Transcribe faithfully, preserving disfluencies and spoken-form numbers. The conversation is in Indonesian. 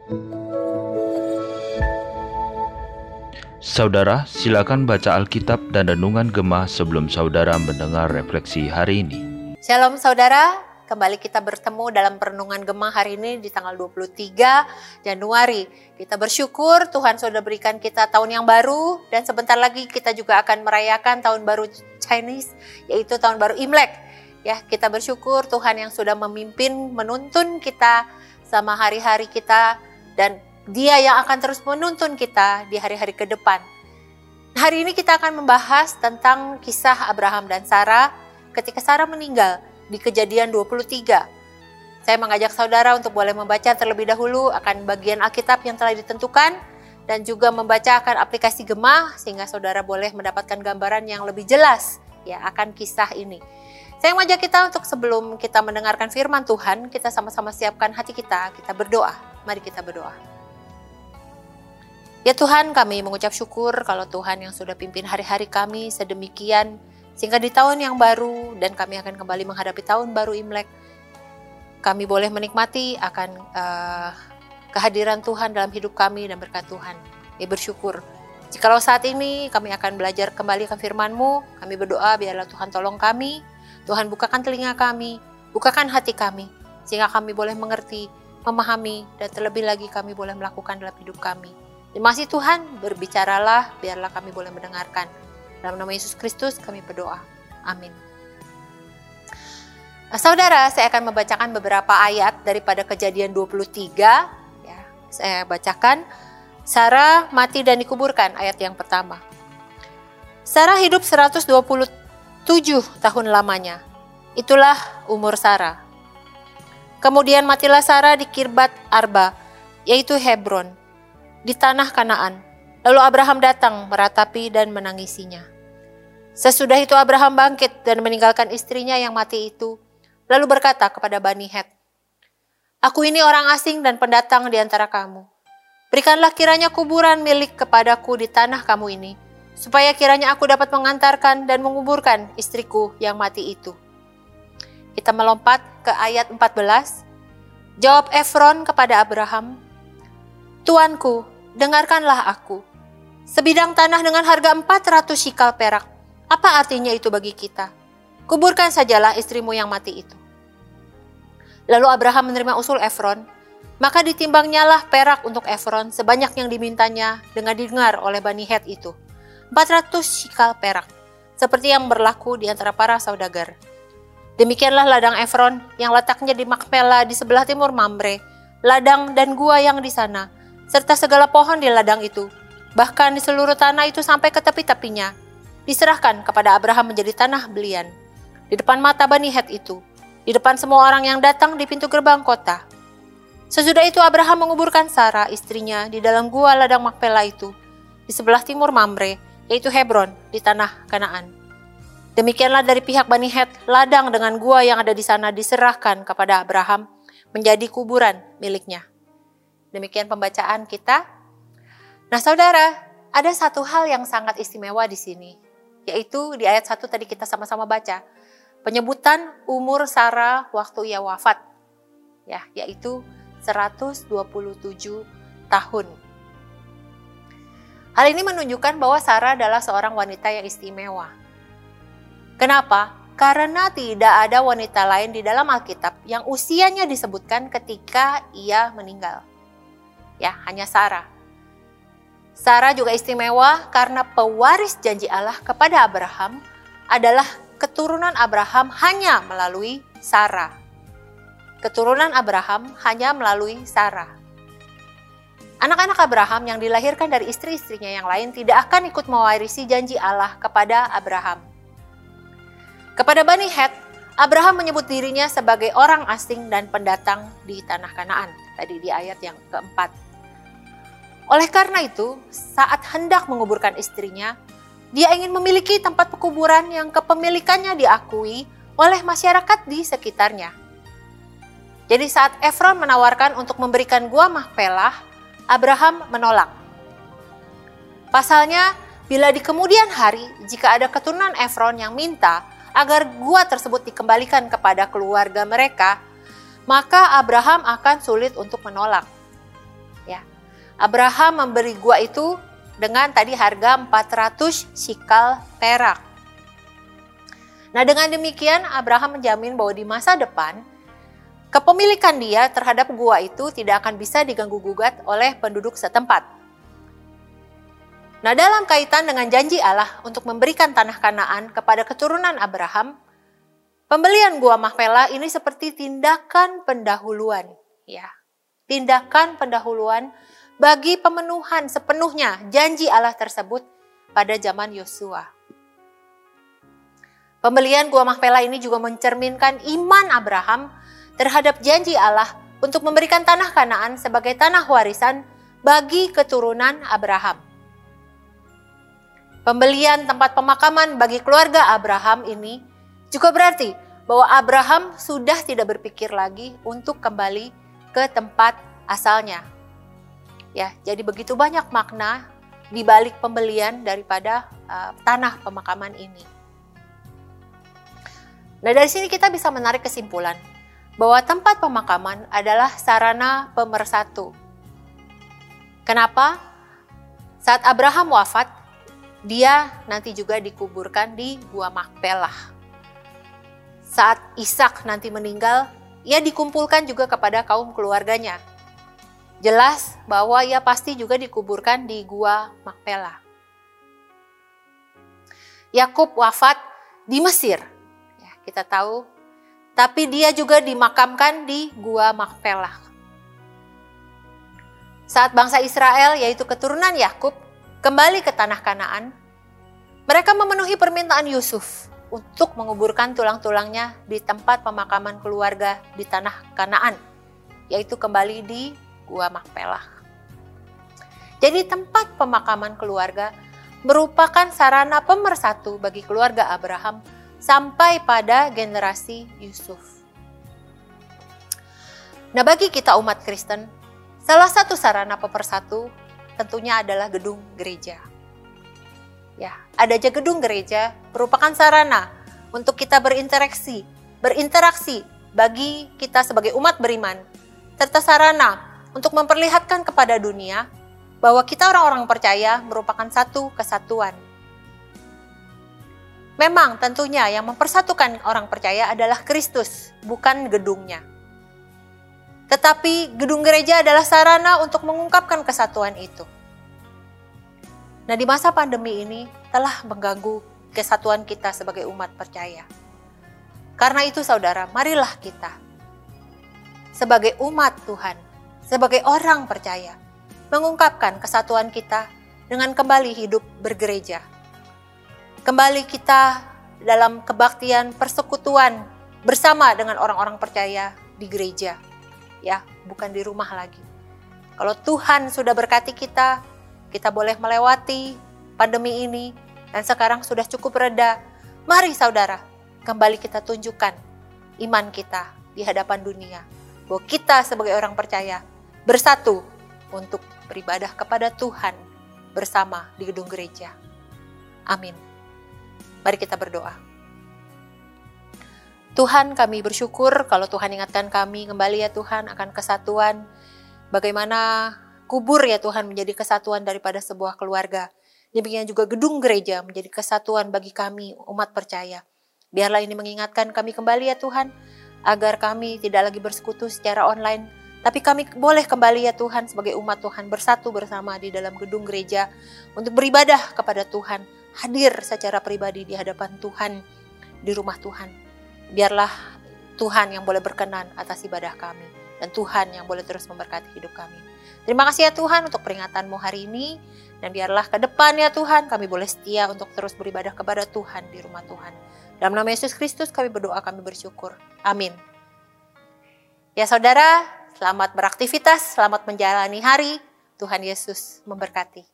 Saudara, silakan baca Alkitab dan Renungan Gemah sebelum saudara mendengar refleksi hari ini. Shalom saudara, kembali kita bertemu dalam Renungan Gemah hari ini di tanggal dua puluh tiga Januari. Kita bersyukur Tuhan sudah berikan kita tahun yang baru, dan sebentar lagi kita juga akan merayakan tahun baru Chinese, yaitu tahun baru Imlek. Ya, kita bersyukur Tuhan yang sudah memimpin, menuntun kita sama hari-hari kita, dan Dia yang akan terus menuntun kita di hari-hari ke depan. Hari ini kita akan membahas tentang kisah Abraham dan Sarah ketika Sarah meninggal di Kejadian dua puluh tiga. Saya mengajak saudara untuk boleh membaca terlebih dahulu akan bagian Alkitab yang telah ditentukan, dan juga membaca akan aplikasi Gemah sehingga saudara boleh mendapatkan gambaran yang lebih jelas ya akan kisah ini. Saya mengajak kita untuk sebelum kita mendengarkan firman Tuhan, kita sama-sama siapkan hati kita, kita berdoa. Mari kita berdoa. Ya Tuhan, kami mengucap syukur kalau Tuhan yang sudah pimpin hari-hari kami sedemikian, sehingga di tahun yang baru dan kami akan kembali menghadapi tahun baru Imlek, kami boleh menikmati akan uh, kehadiran Tuhan dalam hidup kami dan berkat Tuhan. Kami bersyukur. Jikalau saat ini kami akan belajar kembali ke firman-Mu, kami berdoa biarlah Tuhan tolong kami, Tuhan bukakan telinga kami, bukakan hati kami, sehingga kami boleh mengerti, memahami, dan terlebih lagi kami boleh melakukan dalam hidup kami. Terima kasih Tuhan, berbicaralah, biarlah kami boleh mendengarkan. Dalam nama Yesus Kristus kami berdoa. Amin. Nah, saudara, saya akan membacakan beberapa ayat daripada Kejadian dua puluh tiga. Ya, saya bacakan. Sarah mati dan dikuburkan, ayat yang pertama. Sarah hidup seratus dua puluh tujuh tahun lamanya. Itulah umur Sarah. Kemudian matilah Sarah di Kirbat Arba, yaitu Hebron, di tanah Kanaan. Lalu Abraham datang meratapi dan menangisinya. Sesudah itu Abraham bangkit dan meninggalkan istrinya yang mati itu, lalu berkata kepada Bani Het, "Aku ini orang asing dan pendatang di antara kamu. Berikanlah kiranya kuburan milik kepadaku di tanah kamu ini, supaya kiranya aku dapat mengantarkan dan menguburkan istriku yang mati itu." Kita melompat ke ayat empat belas. Jawab Efron kepada Abraham, "Tuanku, dengarkanlah aku. Sebidang tanah dengan harga empat ratus shikal perak. Apa artinya itu bagi kita? Kuburkan sajalah istrimu yang mati itu." Lalu Abraham menerima usul Efron, maka ditimbangnyalah perak untuk Efron sebanyak yang dimintanya dengan didengar oleh Bani Het itu, empat ratus shikal perak, seperti yang berlaku di antara para saudagar. Demikianlah ladang Efron yang letaknya di Makpela di sebelah timur Mamre, ladang dan gua yang di sana, serta segala pohon di ladang itu, bahkan di seluruh tanah itu sampai ke tepi-tepinya, diserahkan kepada Abraham menjadi tanah belian, di depan mata Bani Het itu, di depan semua orang yang datang di pintu gerbang kota. Sesudah itu Abraham menguburkan Sarah istrinya di dalam gua ladang Makpela itu, di sebelah timur Mamre, yaitu Hebron, di tanah Kanaan. Demikianlah dari pihak Bani Het, ladang dengan gua yang ada di sana diserahkan kepada Abraham menjadi kuburan miliknya. Demikian pembacaan kita. Nah saudara, ada satu hal yang sangat istimewa di sini, yaitu di ayat satu tadi kita sama-sama baca, penyebutan umur Sarah waktu ia wafat, ya, yaitu seratus dua puluh tujuh tahun. Hal ini menunjukkan bahwa Sarah adalah seorang wanita yang istimewa. Kenapa? Karena tidak ada wanita lain di dalam Alkitab yang usianya disebutkan ketika ia meninggal. Ya, hanya Sarah. Sarah juga istimewa karena pewaris janji Allah kepada Abraham adalah keturunan Abraham hanya melalui Sarah. Keturunan Abraham hanya melalui Sarah. Anak-anak Abraham yang dilahirkan dari istri-istrinya yang lain tidak akan ikut mewarisi janji Allah kepada Abraham. Kepada Bani Het, Abraham menyebut dirinya sebagai orang asing dan pendatang di tanah Kanaan. Tadi di ayat yang keempat. Oleh karena itu, saat hendak menguburkan istrinya, dia ingin memiliki tempat pekuburan yang kepemilikannya diakui oleh masyarakat di sekitarnya. Jadi saat Efron menawarkan untuk memberikan gua Makpelah, Abraham menolak. Pasalnya, bila di kemudian hari jika ada keturunan Efron yang minta agar gua tersebut dikembalikan kepada keluarga mereka, maka Abraham akan sulit untuk menolak. Ya. Abraham memberi gua itu dengan tadi harga empat ratus sikal perak. Nah, dengan demikian Abraham menjamin bahwa di masa depan kepemilikan dia terhadap gua itu tidak akan bisa diganggu-gugat oleh penduduk setempat. Nah, dalam kaitan dengan janji Allah untuk memberikan tanah Kanaan kepada keturunan Abraham, pembelian gua Makpela ini seperti tindakan pendahuluan, ya. Tindakan pendahuluan bagi pemenuhan sepenuhnya janji Allah tersebut pada zaman Yosua. Pembelian gua Makpela ini juga mencerminkan iman Abraham terhadap janji Allah untuk memberikan tanah Kanaan sebagai tanah warisan bagi keturunan Abraham. Pembelian tempat pemakaman bagi keluarga Abraham ini juga berarti bahwa Abraham sudah tidak berpikir lagi untuk kembali ke tempat asalnya. Ya, jadi begitu banyak makna di balik pembelian daripada uh, tanah pemakaman ini. Nah, dari sini kita bisa menarik kesimpulan bahwa tempat pemakaman adalah sarana pemersatu. Kenapa? Saat Abraham wafat, dia nanti juga dikuburkan di Gua Makpela. Saat Ishak nanti meninggal, ia dikumpulkan juga kepada kaum keluarganya. Jelas bahwa ia pasti juga dikuburkan di Gua Makpela. Yakub wafat di Mesir, ya, kita tahu, tapi dia juga dimakamkan di Gua Makpela. Saat bangsa Israel, yaitu keturunan Yakub, kembali ke tanah Kanaan, mereka memenuhi permintaan Yusuf untuk menguburkan tulang-tulangnya di tempat pemakaman keluarga di tanah Kanaan, yaitu kembali di Gua Makpela. Jadi tempat pemakaman keluarga merupakan sarana pemersatu bagi keluarga Abraham sampai pada generasi Yusuf. Nah, bagi kita umat Kristen, salah satu sarana pemersatu tentunya adalah gedung gereja. Ya, adanya gedung gereja merupakan sarana untuk kita berinteraksi, berinteraksi bagi kita sebagai umat beriman, serta sarana untuk memperlihatkan kepada dunia bahwa kita orang-orang percaya merupakan satu kesatuan. Memang tentunya yang mempersatukan orang percaya adalah Kristus, bukan gedungnya. Tetapi gedung gereja adalah sarana untuk mengungkapkan kesatuan itu. Nah, di masa pandemi ini telah mengganggu kesatuan kita sebagai umat percaya. Karena itu saudara, marilah kita sebagai umat Tuhan, sebagai orang percaya, mengungkapkan kesatuan kita dengan kembali hidup bergereja. Kembali kita dalam kebaktian persekutuan bersama dengan orang-orang percaya di gereja. Ya, bukan di rumah lagi. Kalau Tuhan sudah berkati kita, kita boleh melewati pandemi ini dan sekarang sudah cukup reda. Mari saudara, kembali kita tunjukkan iman kita di hadapan dunia. Bahwa kita sebagai orang percaya bersatu untuk beribadah kepada Tuhan bersama di gedung gereja. Amin. Mari kita berdoa. Tuhan, kami bersyukur kalau Tuhan ingatkan kami kembali ya Tuhan akan kesatuan. Bagaimana kubur ya Tuhan menjadi kesatuan daripada sebuah keluarga. Demikian juga gedung gereja menjadi kesatuan bagi kami umat percaya. Biarlah ini mengingatkan kami kembali ya Tuhan, agar kami tidak lagi bersekutu secara online, tapi kami boleh kembali ya Tuhan sebagai umat Tuhan bersatu bersama di dalam gedung gereja untuk beribadah kepada Tuhan, hadir secara pribadi di hadapan Tuhan, di rumah Tuhan. Biarlah Tuhan yang boleh berkenan atas ibadah kami, dan Tuhan yang boleh terus memberkati hidup kami. Terima kasih ya Tuhan untuk peringatan-Mu hari ini, dan biarlah ke depan ya Tuhan kami boleh setia untuk terus beribadah kepada Tuhan di rumah Tuhan. Dalam nama Yesus Kristus kami berdoa, kami bersyukur. Amin. Ya saudara, selamat beraktivitas, selamat menjalani hari. Tuhan Yesus memberkati.